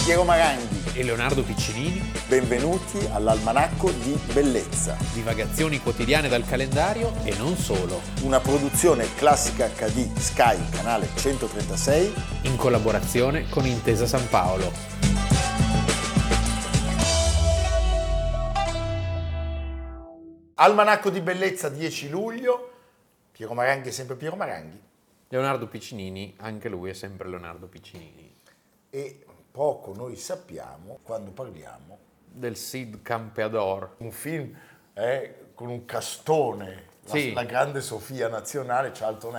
Piero Maranghi e Leonardo Piccinini. Benvenuti all'Almanacco di Bellezza. Divagazioni quotidiane dal calendario e non solo. Una produzione Classica HD Sky, canale 136. In collaborazione con Intesa San Paolo. Almanacco di Bellezza 10 luglio. Piero Maranghi è sempre Piero Maranghi. Leonardo Piccinini, anche lui è sempre Leonardo Piccinini. E poco noi sappiamo quando parliamo del Cid Campeador. Un film con un castone, sì. La grande Sofia nazionale, Charlton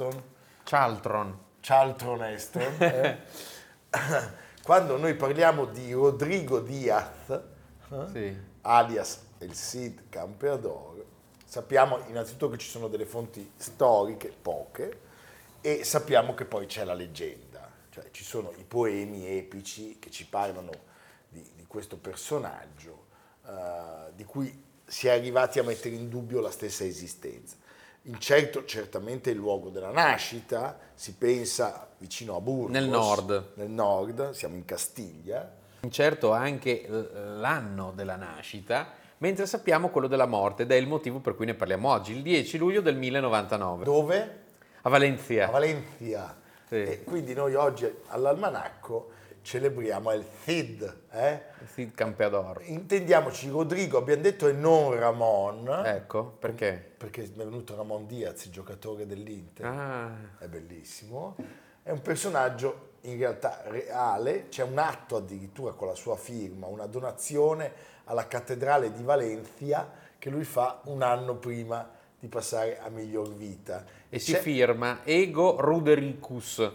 Heston. Quando noi parliamo di Rodrigo Diaz, sì. alias il Cid Campeador, sappiamo innanzitutto che ci sono delle fonti storiche, poche, e sappiamo che poi c'è la leggenda. Cioè, ci sono i poemi epici che ci parlano di questo personaggio di cui si è arrivati a mettere in dubbio la stessa esistenza. Certamente il luogo della nascita, si pensa vicino a Burgos. Nel nord, siamo in Castiglia. Incerto anche l'anno della nascita, mentre sappiamo quello della morte, ed è il motivo per cui ne parliamo oggi, il 10 luglio del 1099. Dove? A Valencia. A Valencia. Sì. E quindi noi oggi all'Almanacco celebriamo il Cid. Il Cid Campeador. Intendiamoci, Rodrigo, abbiamo detto, e non Ramon. Ecco, perché? Perché è venuto Ramon Diaz, il giocatore dell'Inter. È bellissimo. È un personaggio in realtà reale, c'è un atto addirittura con la sua firma, una donazione alla cattedrale di Valencia che lui fa un anno prima di passare a miglior vita. E si firma Ego Rudericus.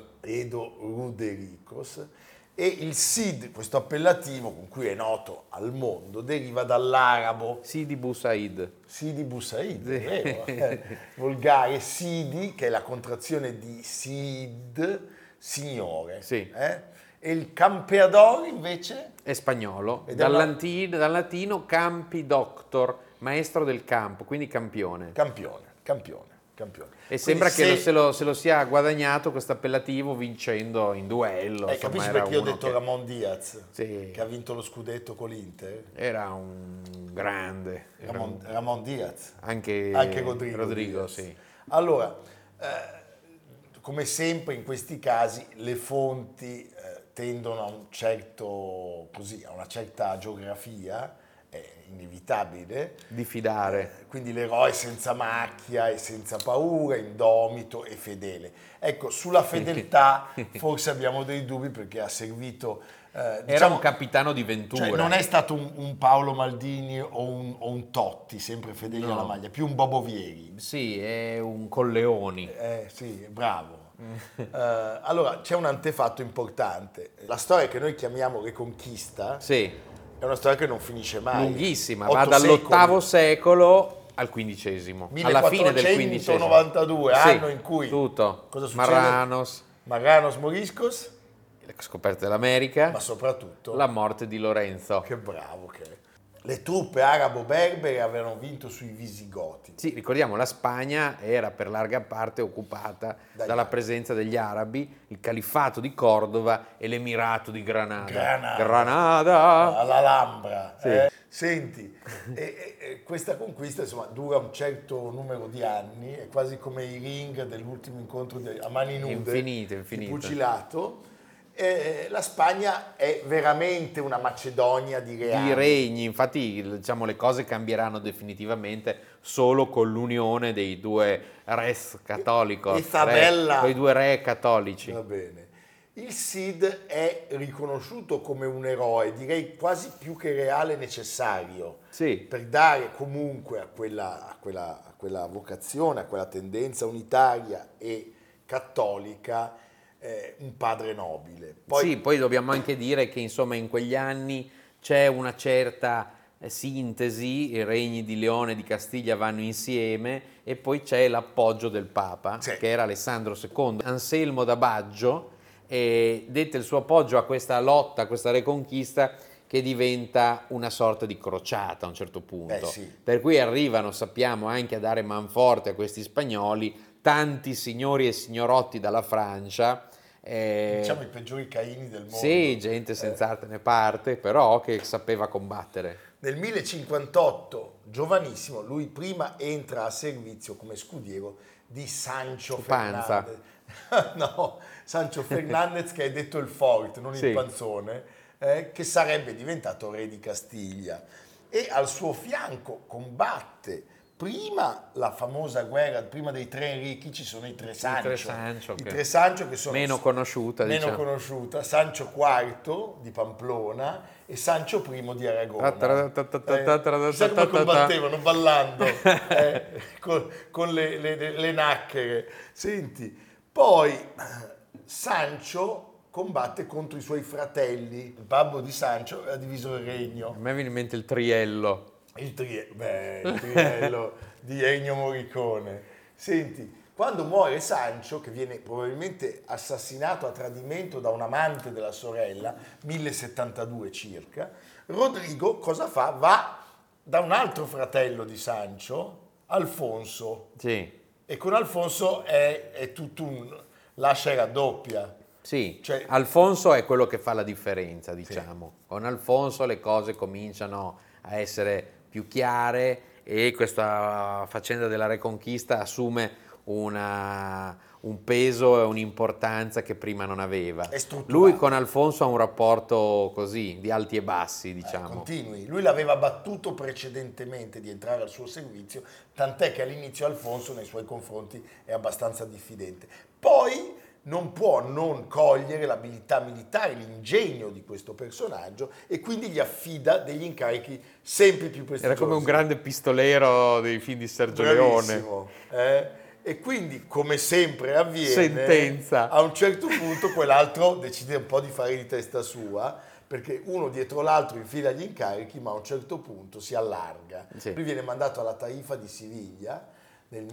E il Cid, questo appellativo con cui è noto al mondo, deriva dall'arabo Sidi Busaid. Sidi Busaid, sì. È vero? Volgare Sidi, che è la contrazione di Cid, signore. Sì. E il Campeador invece? È spagnolo, dal latino campi doctor, maestro del campo, quindi campione. Campione. E sembra che se lo sia guadagnato questo appellativo vincendo in duello. Capisci perché io ho detto Ramon Diaz, sì, che ha vinto lo scudetto con l'Inter? Era un grande. Ramon Diaz. Anche Rodrigo Diaz. Sì. Allora, come sempre in questi casi le fonti tendono a una certa geografia, è inevitabile diffidare. Quindi l'eroe senza macchia e senza paura, indomito e fedele. Ecco, sulla fedeltà forse abbiamo dei dubbi, perché ha servito era un capitano di Ventura. Cioè non è stato un Paolo Maldini o un Totti sempre fedele alla maglia, più un Bobo Vieri. Sì, è un Colleoni. Sì, bravo. Allora c'è un antefatto importante. La storia che noi chiamiamo Reconquista, sì, è una storia che non finisce mai. Lunghissima, va dall'8° secolo al XV, alla fine del XV. 1492, anno in cui tutto. Cosa succede? Marranos Moriscos, le scoperte dell'America, ma soprattutto la morte di Lorenzo. Che bravo che è. Le truppe arabo-berbere avevano vinto sui Visigoti. Sì, ricordiamo, la Spagna era per larga parte occupata dalla presenza degli arabi, il califfato di Cordova e l'emirato di Granada. All'Alhambra. Sì. Senti, questa conquista insomma dura un certo numero di anni, è quasi come i ring dell'ultimo incontro a mani nude, infinito. di pugilato. La Spagna è veramente una Macedonia di regni, infatti diciamo le cose cambieranno definitivamente solo con l'unione dei due res cattolicos, quei due re cattolici. Va bene. Il Cid è riconosciuto come un eroe, direi quasi più che reale necessario, sì, per dare comunque a quella vocazione, a quella tendenza unitaria e cattolica un padre nobile. Poi dobbiamo anche dire che insomma in quegli anni c'è una certa sintesi, i regni di Leone e di Castiglia vanno insieme, e poi c'è l'appoggio del Papa, sì, che era Alessandro II. Anselmo da Baggio dette il suo appoggio a questa lotta, a questa reconquista, che diventa una sorta di crociata a un certo punto. Sì. Per cui arrivano, sappiamo, anche a dare manforte a questi spagnoli tanti signori e signorotti dalla Francia, Diciamo i peggiori Caini del mondo. Sì, gente senza arte né parte, però che sapeva combattere. Nel 1058, giovanissimo, lui prima entra a servizio come scudiero di Sancho Panza. Fernandez. No, Sancho Fernandez che è detto il Forte, non il Panzone, che sarebbe diventato re di Castiglia. E al suo fianco combatte prima la famosa guerra, prima dei tre Enrichi ci sono i tre Sancho. I tre Sancho che sono meno conosciuta, Sancho IV di Pamplona e Sancho I di Aragona. Chissà come combattevano ballando con le nacchere. Senti, poi Sancho combatte contro i suoi fratelli. Il babbo di Sancho ha diviso il regno. A me viene in mente il Triello. Il Triello di Ennio Morricone. Senti, quando muore Sancho, che viene probabilmente assassinato a tradimento da un amante della sorella, 1072 circa, Rodrigo cosa fa? Va da un altro fratello di Sancho, Alfonso. Sì. E con Alfonso è tutto lascia e raddoppia. Sì, cioè, Alfonso è quello che fa la differenza, diciamo. Sì. Con Alfonso le cose cominciano a essere più chiare e questa faccenda della Reconquista assume un peso e un'importanza che prima non aveva. Lui con Alfonso ha un rapporto così, di alti e bassi, diciamo. Continui. Lui l'aveva battuto precedentemente di entrare al suo servizio, tant'è che all'inizio Alfonso nei suoi confronti è abbastanza diffidente. Poi non può non cogliere l'abilità militare, l'ingegno di questo personaggio e quindi gli affida degli incarichi sempre più prestigiosi. Era come un grande pistolero dei film di Sergio Bravissimo, Leone. E quindi, come sempre avviene, sentenza. A un certo punto quell'altro decide un po' di fare di testa sua, perché uno dietro l'altro infila gli incarichi, ma a un certo punto si allarga. Sì. Lui viene mandato alla Taifa di Siviglia nel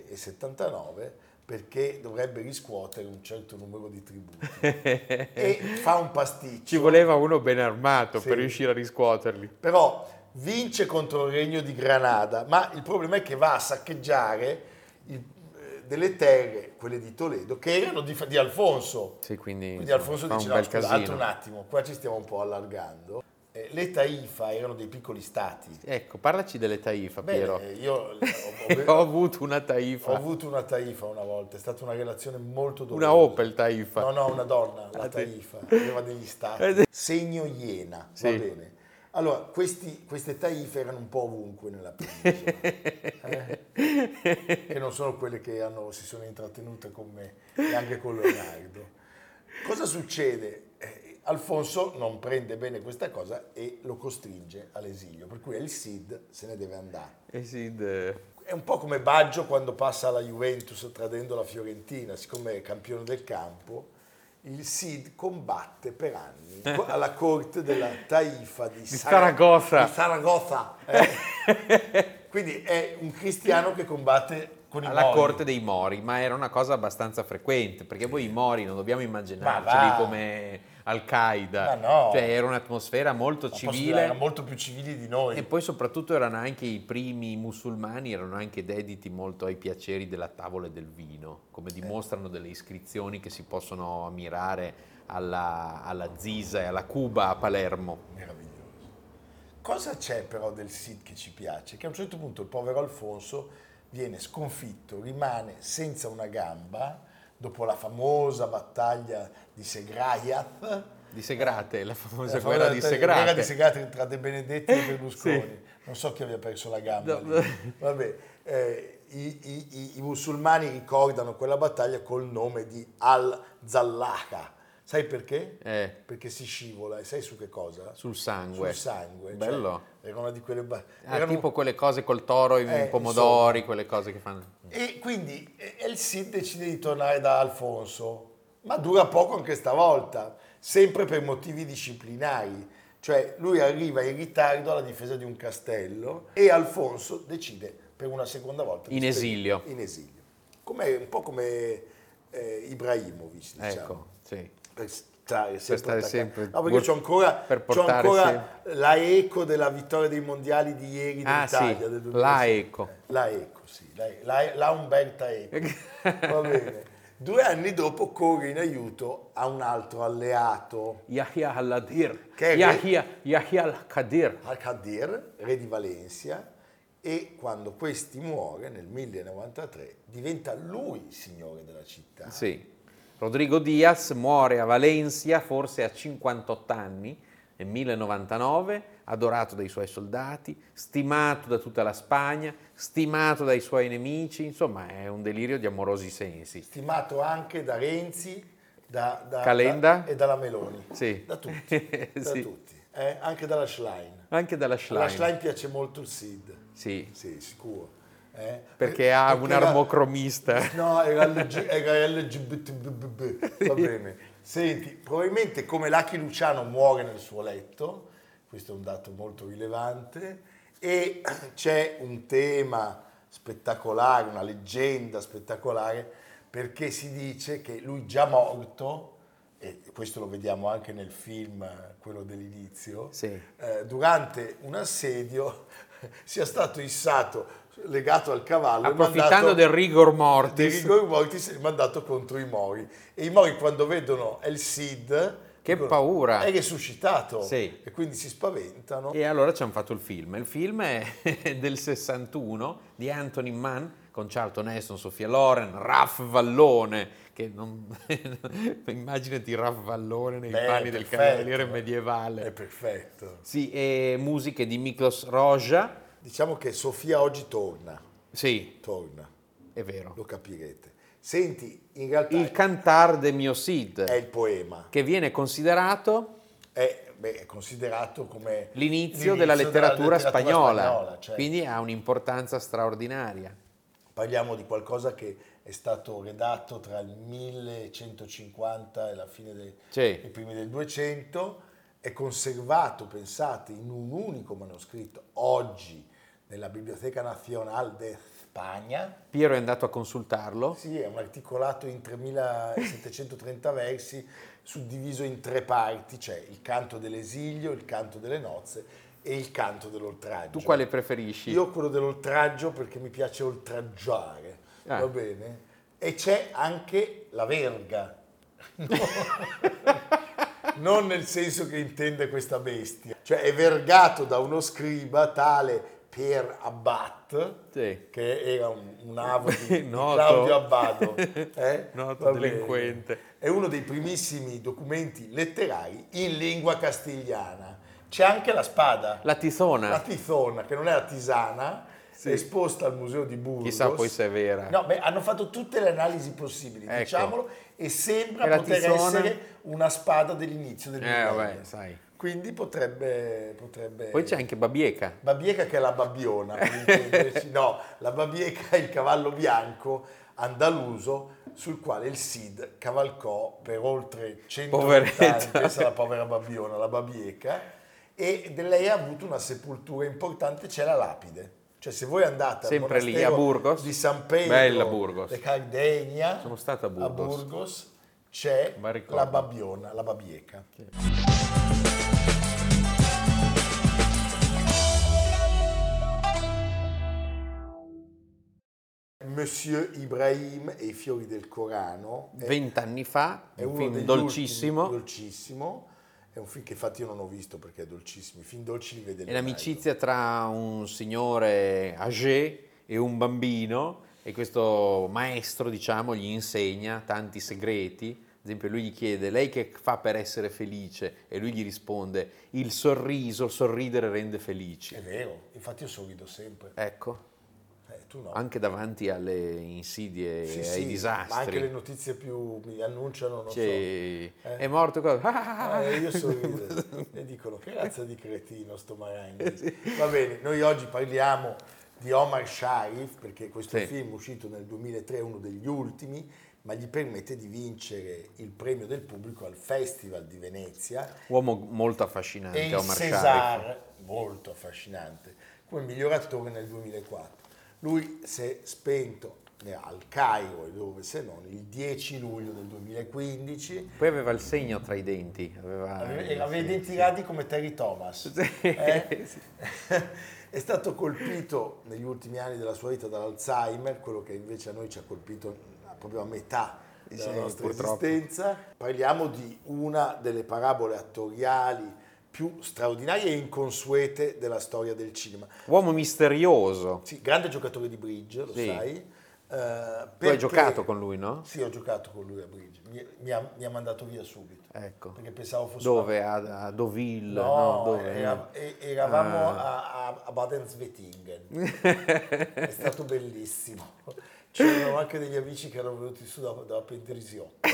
1079 perché dovrebbe riscuotere un certo numero di tributi e fa un pasticcio. Ci voleva uno ben armato per riuscire a riscuoterli. Però vince contro il regno di Granada, ma il problema è che va a saccheggiare delle terre, quelle di Toledo, che erano di Alfonso. Sì, quindi Alfonso dice, no, scusa, altro un attimo, qua ci stiamo un po' allargando. Le Taifa erano dei piccoli stati. Ecco, parlaci delle Taifa, Piero. Io ho avuto una Taifa. Ho avuto una Taifa una volta, è stata una relazione molto dolorosa. Una Opel Taifa. No, una donna, la Taifa, aveva degli stati. Segno Iena, va bene. Allora, queste Taife erano un po' ovunque nella penisola, che non sono quelle che si sono intrattenute con me e anche con Leonardo. Cosa succede? Alfonso non prende bene questa cosa e lo costringe all'esilio, per cui il Cid se ne deve andare. È un po' come Baggio quando passa alla Juventus tradendo la Fiorentina, siccome è campione del campo. Il Cid combatte per anni alla corte della Taifa di Saragozza. Quindi è un cristiano che combatte con i Mori. Alla corte dei Mori, ma era una cosa abbastanza frequente, perché poi i Mori non dobbiamo immaginarceli come Al-Qaeda, no. Cioè era un'atmosfera molto civile. Erano molto più civili di noi. E poi soprattutto erano anche i primi musulmani, erano anche dediti molto ai piaceri della tavola e del vino, come dimostrano delle iscrizioni che si possono ammirare alla Zisa e alla Cuba a Palermo. Meraviglioso. Cosa c'è però del Cid che ci piace? Che a un certo punto il povero Alfonso viene sconfitto, rimane senza una gamba, dopo la famosa battaglia di Segraiat. Di Segrate, la famosa guerra di Segrate. La guerra di Segrate tra De Benedetti e Berlusconi. Sì. Non so chi abbia perso la gamba. No. Vabbè, i musulmani ricordano quella battaglia col nome di Al-Zallaha. Sai perché? Perché si scivola, e sai su che cosa? Sul sangue. Sul sangue. Bello. Cioè, era una di quelle tipo quelle cose col toro, i pomodori, insomma, quelle cose che fanno. E quindi El Cid decide di tornare da Alfonso, ma dura poco anche stavolta, sempre per motivi disciplinari. Cioè lui arriva in ritardo alla difesa di un castello e Alfonso decide per una seconda volta in esilio. Un po' come Ibrahimovic, diciamo. Ecco, sì. Per stare sempre. No, perché c'ho ancora la eco della vittoria dei mondiali di ieri dell'Italia. Sì. La eco. La Umberta Eco. Va bene. 2 anni dopo corre in aiuto a un altro alleato, Yahya al-Qadir. che è Yahya al-Qadir. Al-Qadir, re di Valencia, e quando questi muore nel 1093 diventa lui signore della città. Sì. Rodrigo Diaz muore a Valencia, forse a 58 anni, nel 1099, adorato dai suoi soldati, stimato da tutta la Spagna, stimato dai suoi nemici, insomma è un delirio di amorosi sensi. Stimato anche da Renzi, da Calenda e dalla Meloni, sì. Da tutti, Sì. tutti. Anche dalla Schlein. Anche dalla Schlein. Alla Schlein piace molto il Cid. Sì. Sì, sicuro. Perché ha un armocromista. No, era LGBT. Va bene. Senti, probabilmente come Lucky Luciano muore nel suo letto, questo è un dato molto rilevante, e c'è un tema spettacolare, una leggenda spettacolare, perché si dice che lui già morto, e questo lo vediamo anche nel film, quello dell'inizio, sì. Durante un assedio sia stato issato, legato al cavallo, approfittando del rigor mortis, e mandato contro i Mori. E i Mori, quando vedono El Cid, che paura, è risuscitato, sì. E quindi si spaventano. E allora ci hanno fatto il film. Il film è del 61 di Anthony Mann con Charlton Heston, Sofia Loren, Ralph Vallone, che non immaginati Ralph Vallone nei panni del cavaliere medievale. È perfetto. Sì, e musiche di Miklos Rozsa. Diciamo che Sofia oggi torna. Sì. Torna. È vero. Lo capirete. Senti, in realtà... Il Cantar de mio Cid. È il poema. Che viene considerato... È considerato come... L'inizio della letteratura spagnola. Certo. Quindi ha un'importanza straordinaria. Parliamo di qualcosa che è stato redatto tra il 1150 e la fine dei primi del 200, è conservato, pensate, in un unico manoscritto oggi nella Biblioteca Nacional de Spagna. Piero è andato a consultarlo. Sì, è un articolato in 3730 versi, suddiviso in 3 parti, c'è il canto dell'esilio, il canto delle nozze e il canto dell'oltraggio. Tu quale preferisci? Io quello dell'oltraggio perché mi piace oltraggiare, va bene? E c'è anche la verga. Non nel senso che intende questa bestia, cioè è vergato da uno scriba tale Pierre Abbat, che era un avo di Claudio Abbado, noto delinquente. È uno dei primissimi documenti letterari in lingua castigliana. C'è anche la spada, la tizona, che non è la tisana, è esposta al museo di Burgos. Chissà poi se è vera. No, hanno fatto tutte le analisi possibili, ecco. Diciamolo, e sembra poter essere una spada dell'inizio del millennio. Sai. Quindi potrebbe... Poi c'è anche Babieca. Babieca che è la babbiona, per intenderci. No, la Babieca è il cavallo bianco andaluso sul quale il Cid cavalcò per oltre 120 anni, questa è la povera babbiona, la Babieca, e lei ha avuto una sepoltura importante, c'è la lapide. Cioè se voi andate sempre al lì a Burgos di San Pedro bella Burgos de Cardegna, sono stato a Burgos c'è la babbiona, la Babieca. Sì. Monsieur Ibrahim e i fiori del Corano 20 anni fa, è un uno film dolcissimo. È un film che infatti io non ho visto perché è dolcissimo, i film dolci li vede. È l'amicizia tra un signore âgé e un bambino, e questo maestro, diciamo, gli insegna tanti segreti. Ad esempio lui gli chiede: lei che fa per essere felice? E lui gli risponde: il sorriso, il sorridere rende felici. È vero, infatti io sorrido sempre. Ecco. Tu no. Anche davanti alle insidie e ai disastri. Ma anche le notizie più mi annunciano, non so. È morto cosa? Io sorrido e dicono: che razza di cretino sto Maranghi. Va bene, noi oggi parliamo di Omar Sharif perché questo film uscito nel 2003 è uno degli ultimi, ma gli permette di vincere il premio del pubblico al Festival di Venezia. Uomo molto affascinante, e Omar Sharif. César, molto affascinante, come miglior attore nel 2004. Lui si è spento al Cairo, e dove se non, il 10 luglio del 2015. Poi aveva il segno tra i denti. Aveva i denti radi come Terry Thomas. È stato colpito negli ultimi anni della sua vita dall'Alzheimer, quello che invece a noi ci ha colpito proprio a metà della nostra esistenza. Parliamo di una delle parabole attoriali più straordinarie e inconsuete della storia del cinema. Uomo misterioso. Sì, grande giocatore di bridge, lo sai. Tu hai giocato con lui, no? Sì, ho giocato con lui a bridge. Mi ha mandato via subito. Ecco. Perché pensavo fosse... Dove? A Deauville? No, dove? eravamo a Baden-Württemberg. È stato bellissimo. C'erano anche degli amici che erano venuti su dalla Pentrisiotto.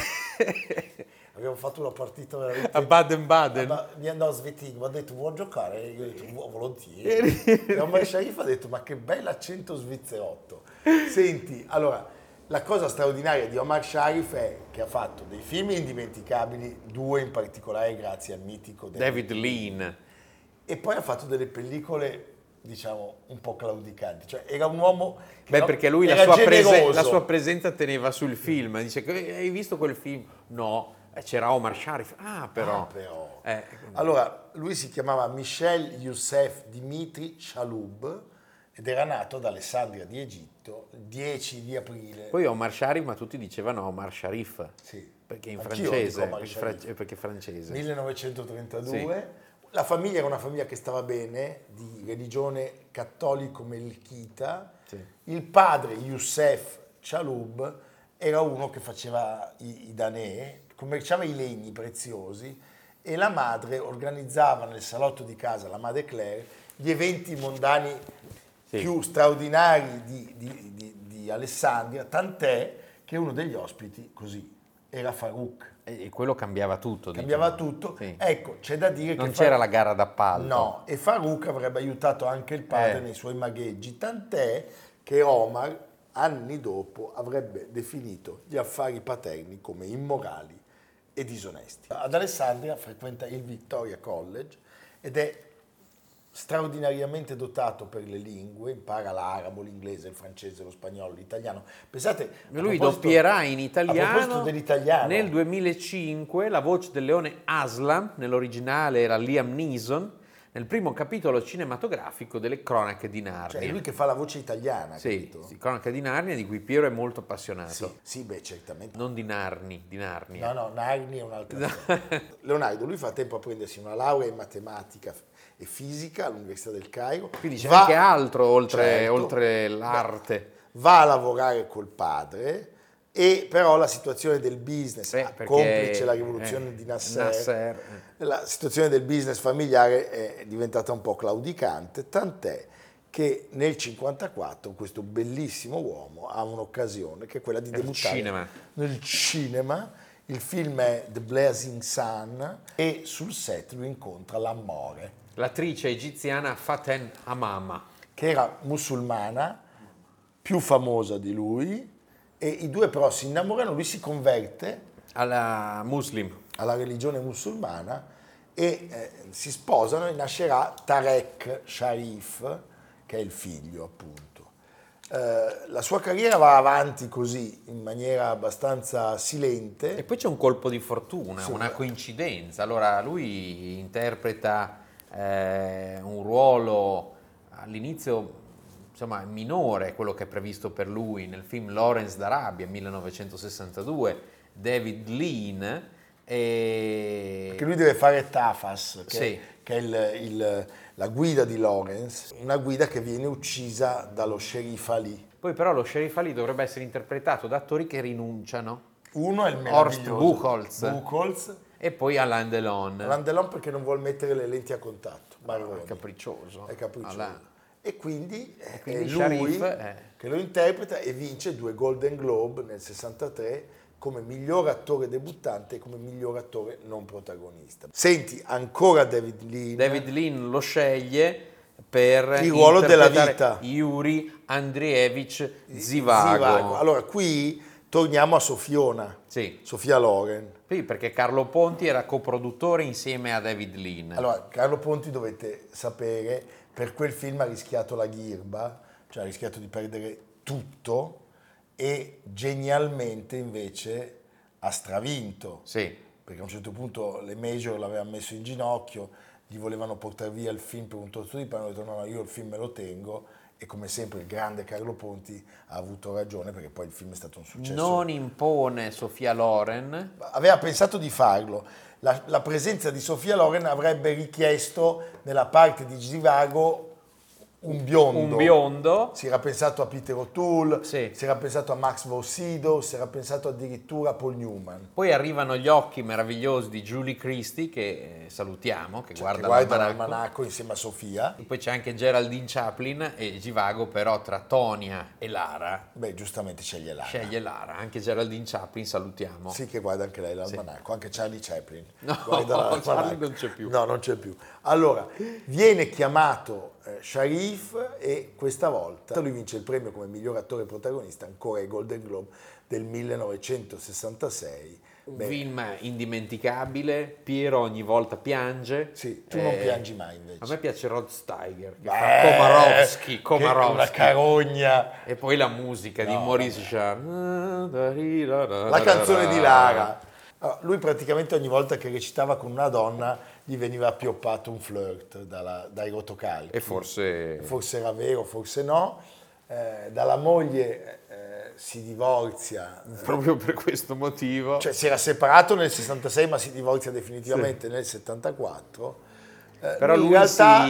Abbiamo fatto una partita veramente... A Baden-Baden? No, Sveting, mi ha detto vuoi giocare? Io ho detto volentieri. E Omar Sharif ha detto ma che bell'accento svizzerotto. Senti, allora, la cosa straordinaria di Omar Sharif è che ha fatto dei film indimenticabili, 2 in particolare grazie al mitico David Lean. E poi ha fatto delle pellicole, diciamo, un po' claudicanti. Cioè, era un uomo che perché lui la sua presenza teneva sul film. Dice, hai visto quel film? No. C'era Omar Sharif. Però. Allora, lui si chiamava Michel Youssef Dimitri Chaloub ed era nato ad Alessandria di Egitto il 10 di aprile. Poi Omar Sharif, ma tutti dicevano Omar Sharif. Sì. Perché in Anch'io francese. perché Perché francese. 1932. Sì. La famiglia era una famiglia che stava bene, di religione cattolico melchita. Sì. Il padre, Youssef Chaloub, era uno che faceva i danè, commerciava i legni preziosi, e la madre organizzava nel salotto di casa, la madre Claire, gli eventi mondani più straordinari di Alessandria, tant'è che uno degli ospiti, così, era Farouk. E quello cambiava tutto. Cambiava tutto. Sì. Ecco, c'è da dire che... Non c'era la gara d'appalto. No, e Farouk avrebbe aiutato anche il padre nei suoi magheggi, tant'è che Omar, anni dopo, avrebbe definito gli affari paterni come immorali e disonesti. Ad Alessandria frequenta il Victoria College ed è straordinariamente dotato per le lingue, impara l'arabo, l'inglese, il francese, lo spagnolo, l'italiano. Pensate, lui doppierà in italiano dell'italiano nel 2005 la voce del leone Aslan, nell'originale era Liam Neeson, nel primo capitolo cinematografico delle Cronache di Narnia. Cioè è lui che fa la voce italiana, sì, Cronache di Narnia, di cui Piero è molto appassionato. Sì, beh, certamente. Non di Narnia. No, Narnia è un'altra storia. Leonardo, lui fa tempo a prendersi una laurea in matematica e fisica all'Università del Cairo. Quindi c'è anche altro oltre l'arte. Va a lavorare col padre, e però la situazione del business, complice la rivoluzione di Nasser, la situazione del business familiare è diventata un po' claudicante, tant'è che nel 1954 questo bellissimo uomo ha un'occasione che è quella di debuttare nel cinema. Il film è The Blazing Sun e sul set lui incontra l'amore. L'attrice egiziana Faten Hamama, che era musulmana, più famosa di lui, e i due però si innamorano, lui si converte alla religione musulmana e si sposano e nascerà Tarek Sharif, che è il figlio appunto. La sua carriera va avanti così in maniera abbastanza silente. E poi c'è un colpo di fortuna, una coincidenza. Allora lui interpreta un ruolo all'inizio insomma minore, quello che è previsto per lui nel film Lawrence d'Arabia 1962, David Lean. Perché lui deve fare Tafas, che è la guida di Lawrence, una guida che viene uccisa dallo sceriffo Ali. Poi però lo sceriffo Ali dovrebbe essere interpretato da attori che rinunciano. Uno è il meraviglioso Horst Buchholz e poi Alain Delon. Alain Delon perché non vuole mettere le lenti a contatto. È capriccioso. E quindi è lui Sharif, che lo interpreta e vince 2 Golden Globe nel 63 come miglior attore debuttante e come miglior attore non protagonista. Senti, ancora David Lean. David Lean lo sceglie per il ruolo della vita. Yuri Andreevich Zivago. Allora qui torniamo a Sofiona, Sofia Loren. Sì, perché Carlo Ponti era coproduttore insieme a David Lean. Allora, Carlo Ponti dovete sapere, per quel film ha rischiato la ghirba, cioè ha rischiato di perdere tutto e genialmente invece ha stravinto. Sì. Perché a un certo punto le major l'avevano messo in ginocchio, gli volevano portare via il film per un tozzo di pane, hanno detto no, io il film me lo tengo e come sempre il grande Carlo Ponti ha avuto ragione, perché poi il film è stato un successo. Non impone Sofia Loren. Aveva pensato di farlo. La presenza di Sofia Loren avrebbe richiesto nella parte di Zivago un biondo. Si era pensato a Peter O'Toole, Sì. si era pensato a Max von Sydow, si era pensato addirittura a Paul Newman. Poi arrivano gli occhi meravigliosi di Julie Christie, che salutiamo, che guarda l'almanacco insieme a Sofia. E poi c'è anche Geraldine Chaplin e Zivago, però tra Tonia e Lara. Beh, giustamente sceglie Lara. Anche Geraldine Chaplin salutiamo. Sì, che guarda anche lei l'almanacco, anche Charlie Chaplin. No, Charlie non c'è più. No, non c'è più. Allora, viene chiamato Sharif e questa volta lui vince il premio come miglior attore protagonista, ancora ai Golden Globe del 1966. Un film indimenticabile, Piero ogni volta piange. Sì, tu non piangi mai invece. A me piace Rod Steiger, che fa Komarowski. Una carogna. E poi la musica di Maurice Jarre. La canzone di Lara. Allora, lui praticamente ogni volta che recitava con una donna gli veniva appioppato un flirt dai rotocalchi. E forse era vero, forse no. Dalla moglie si divorzia. Proprio per questo motivo. Cioè si era separato nel 66 ma si divorzia definitivamente nel 74. Però lui in realtà,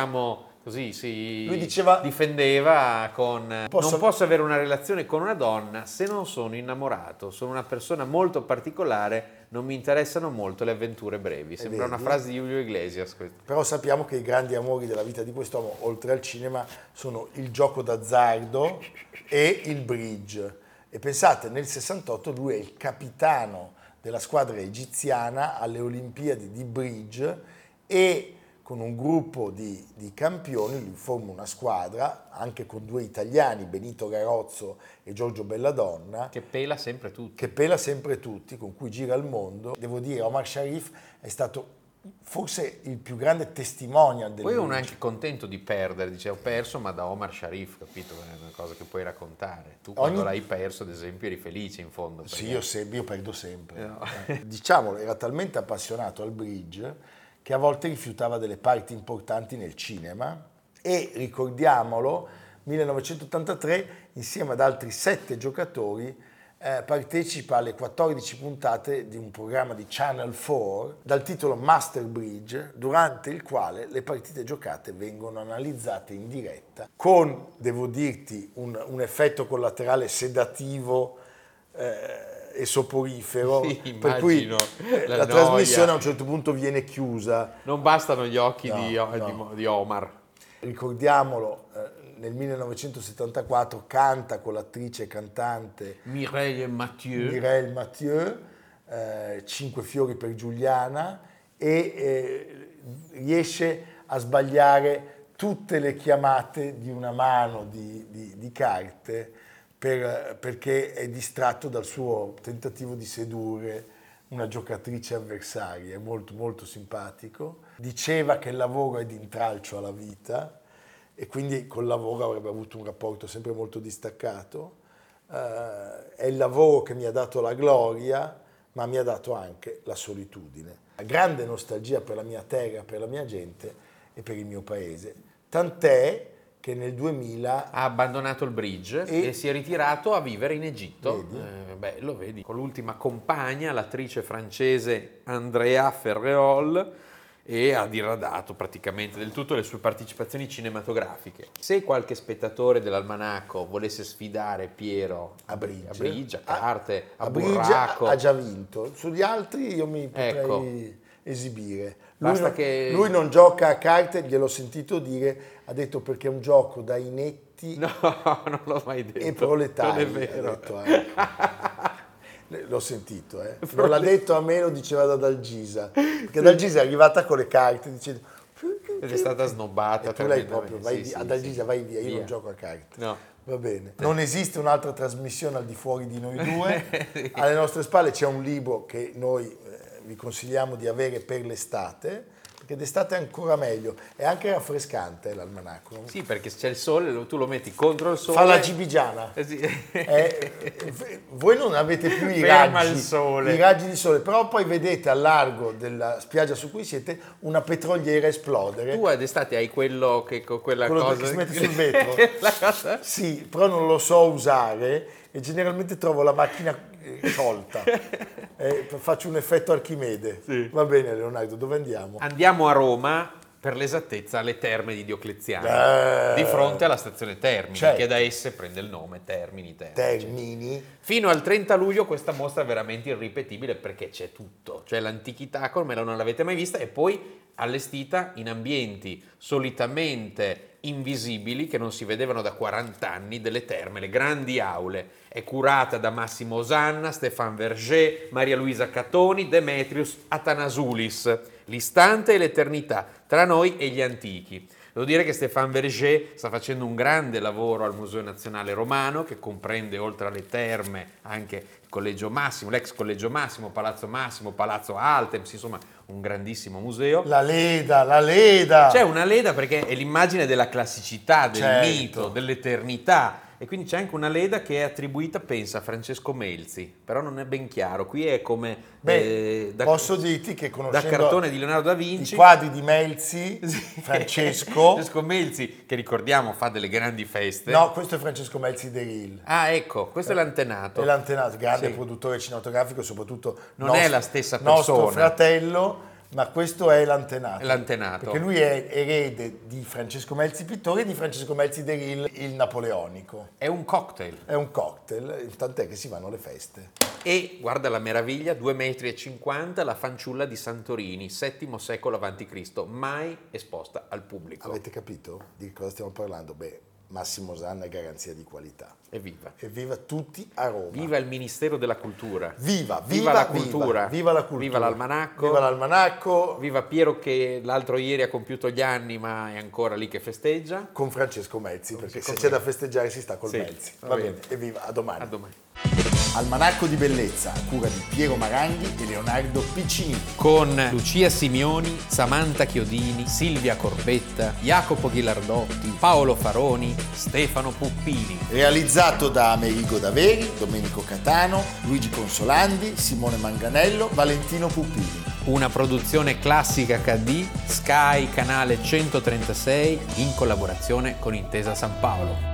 lui diceva, difendeva con non posso avere una relazione con una donna se non sono innamorato, sono una persona molto particolare, non mi interessano molto le avventure brevi. Sembra una frase di Julio Iglesias questa. Però sappiamo che i grandi amori della vita di quest'uomo, oltre al cinema, sono il gioco d'azzardo e il bridge. E pensate, nel 68 lui è il capitano della squadra egiziana alle Olimpiadi di bridge e con un gruppo di campioni lui forma una squadra, anche con due italiani, Benito Garozzo e Giorgio Belladonna. Che pela sempre tutti. Con cui gira il mondo. Devo dire, Omar Sharif è stato forse il più grande testimonial del Poi uno è anche contento di perdere, dice ho perso ma da Omar Sharif, capito? È una cosa che puoi raccontare. Tu quando l'hai perso, ad esempio, eri felice in fondo. Sì, io perdo sempre. No. Diciamolo, era talmente appassionato al bridge che a volte rifiutava delle parti importanti nel cinema e, ricordiamolo, 1983 insieme ad altri 7 giocatori partecipa alle 14 puntate di un programma di Channel 4 dal titolo Master Bridge, durante il quale le partite giocate vengono analizzate in diretta con, devo dirti, un effetto collaterale sedativo e soporifero, sì, per cui la trasmissione a un certo punto viene chiusa. Non bastano gli occhi di Omar. Ricordiamolo, nel 1974 canta con l'attrice e cantante Mireille Mathieu, 5 fiori per Giuliana, e riesce a sbagliare tutte le chiamate di una mano di carte perché è distratto dal suo tentativo di sedurre una giocatrice avversaria. È molto molto simpatico. Diceva che il lavoro è di intralcio alla vita e quindi col lavoro avrebbe avuto un rapporto sempre molto distaccato. È il lavoro che mi ha dato la gloria, ma mi ha dato anche la solitudine. Grande nostalgia per la mia terra, per la mia gente e per il mio paese. Tant'è che nel 2000 ha abbandonato il bridge e si è ritirato a vivere in Egitto. Vedi? Lo vedi, con l'ultima compagna, l'attrice francese Andrea Ferreol, e ha diradato praticamente del tutto le sue partecipazioni cinematografiche. Se qualche spettatore dell'Almanacco volesse sfidare Piero a bridge, a carte, a burraco, ha già vinto. Sugli altri io mi potrei esibire. Lui non gioca a carte, gliel'ho sentito dire, ha detto perché è un gioco da inetti. No, non l'ho mai detto. E proletari. Non è vero. Ha detto anche. L'ho sentito, non l'ha detto a me, lo diceva da Dalgisa, perché Dalgisa è arrivata con le carte dicendo ed è stata snobbata. E tu lei proprio, vai via, Dalgisa vai via, io non gioco a carte. No. Va bene. Non esiste un'altra trasmissione al di fuori di noi due. Alle nostre spalle c'è un libro che noi vi consigliamo di avere per l'estate, che d'estate è ancora meglio, è anche raffrescante l'almanacco. Sì, perché se c'è il sole, tu lo metti contro il sole. Fa la gibigiana. Sì. Voi non avete più i raggi di sole, però poi vedete al largo della spiaggia su cui siete una petroliera esplodere. Tu d'estate hai quello che con quella quello cosa che si mette sul vetro. La cosa? Sì, però non lo so usare e generalmente trovo la macchina sciolta. Faccio un effetto Archimede. Sì. Va bene, Leonardo, dove andiamo? Andiamo a Roma, per l'esattezza alle Terme di Diocleziano, di fronte alla stazione Termini, certo, che da esse prende il nome Termini. Termini. Fino al 30 luglio questa mostra è veramente irripetibile perché c'è tutto, cioè l'antichità come non l'avete mai vista e poi allestita in ambienti solitamente invisibili che non si vedevano da 40 anni delle terme, le grandi aule. È curata da Massimo Osanna, Stéphane Verger, Maria Luisa Catoni, Demetrius Athanasoulis. L'istante e l'eternità tra noi e gli antichi. Devo dire che Stéphane Verger sta facendo un grande lavoro al Museo Nazionale Romano, che comprende oltre alle terme anche il Collegio Massimo, l'ex Collegio Massimo, Palazzo Altemps, insomma un grandissimo museo. La Leda! C'è una Leda perché è l'immagine della classicità, del certo, mito, dell'eternità. E quindi c'è anche una Leda che è attribuita, pensa, a Francesco Melzi, però non è ben chiaro. Qui è come posso dirti che conoscendo da cartone di Leonardo da Vinci, i quadri di Melzi, Francesco Melzi, che ricordiamo fa delle grandi feste. No, questo è Francesco Melzi De Ril. Ah, ecco, questo è l'antenato. È l'antenato, grande sì, produttore cinematografico, soprattutto non è la stessa persona. Nostro fratello. Ma questo è l'antenato. L'antenato. Perché lui è erede di Francesco Melzi pittore e di Francesco Melzi De Ril, il napoleonico. È un cocktail. È un cocktail, tant'è che si vanno alle feste. E, guarda la meraviglia, 2,50 metri, la fanciulla di Santorini, VII secolo a.C., mai esposta al pubblico. Avete capito di cosa stiamo parlando? Beh, Massimo Osanna è garanzia di qualità. Evviva. Evviva tutti a Roma. Viva il Ministero della Cultura. Viva la cultura. Viva la cultura. Viva l'almanacco. Viva l'almanacco. Viva Piero che l'altro ieri ha compiuto gli anni ma è ancora lì che festeggia. Con Francesco Melzi, perché se c'è da festeggiare si sta col Melzi. Va bene. Evviva, a domani. A domani. Almanacco di bellezza, a cura di Piero Maranghi e Leonardo Piccini. Con Lucia Simioni, Samantha Chiodini, Silvia Corbetta, Jacopo Ghilardotti, Paolo Faroni, Stefano Puppini. Realizzato da Amerigo Daveri, Domenico Catano, Luigi Consolandi, Simone Manganello, Valentino Puppini. Una produzione Classica HD, Sky, canale 136, in collaborazione con Intesa San Paolo.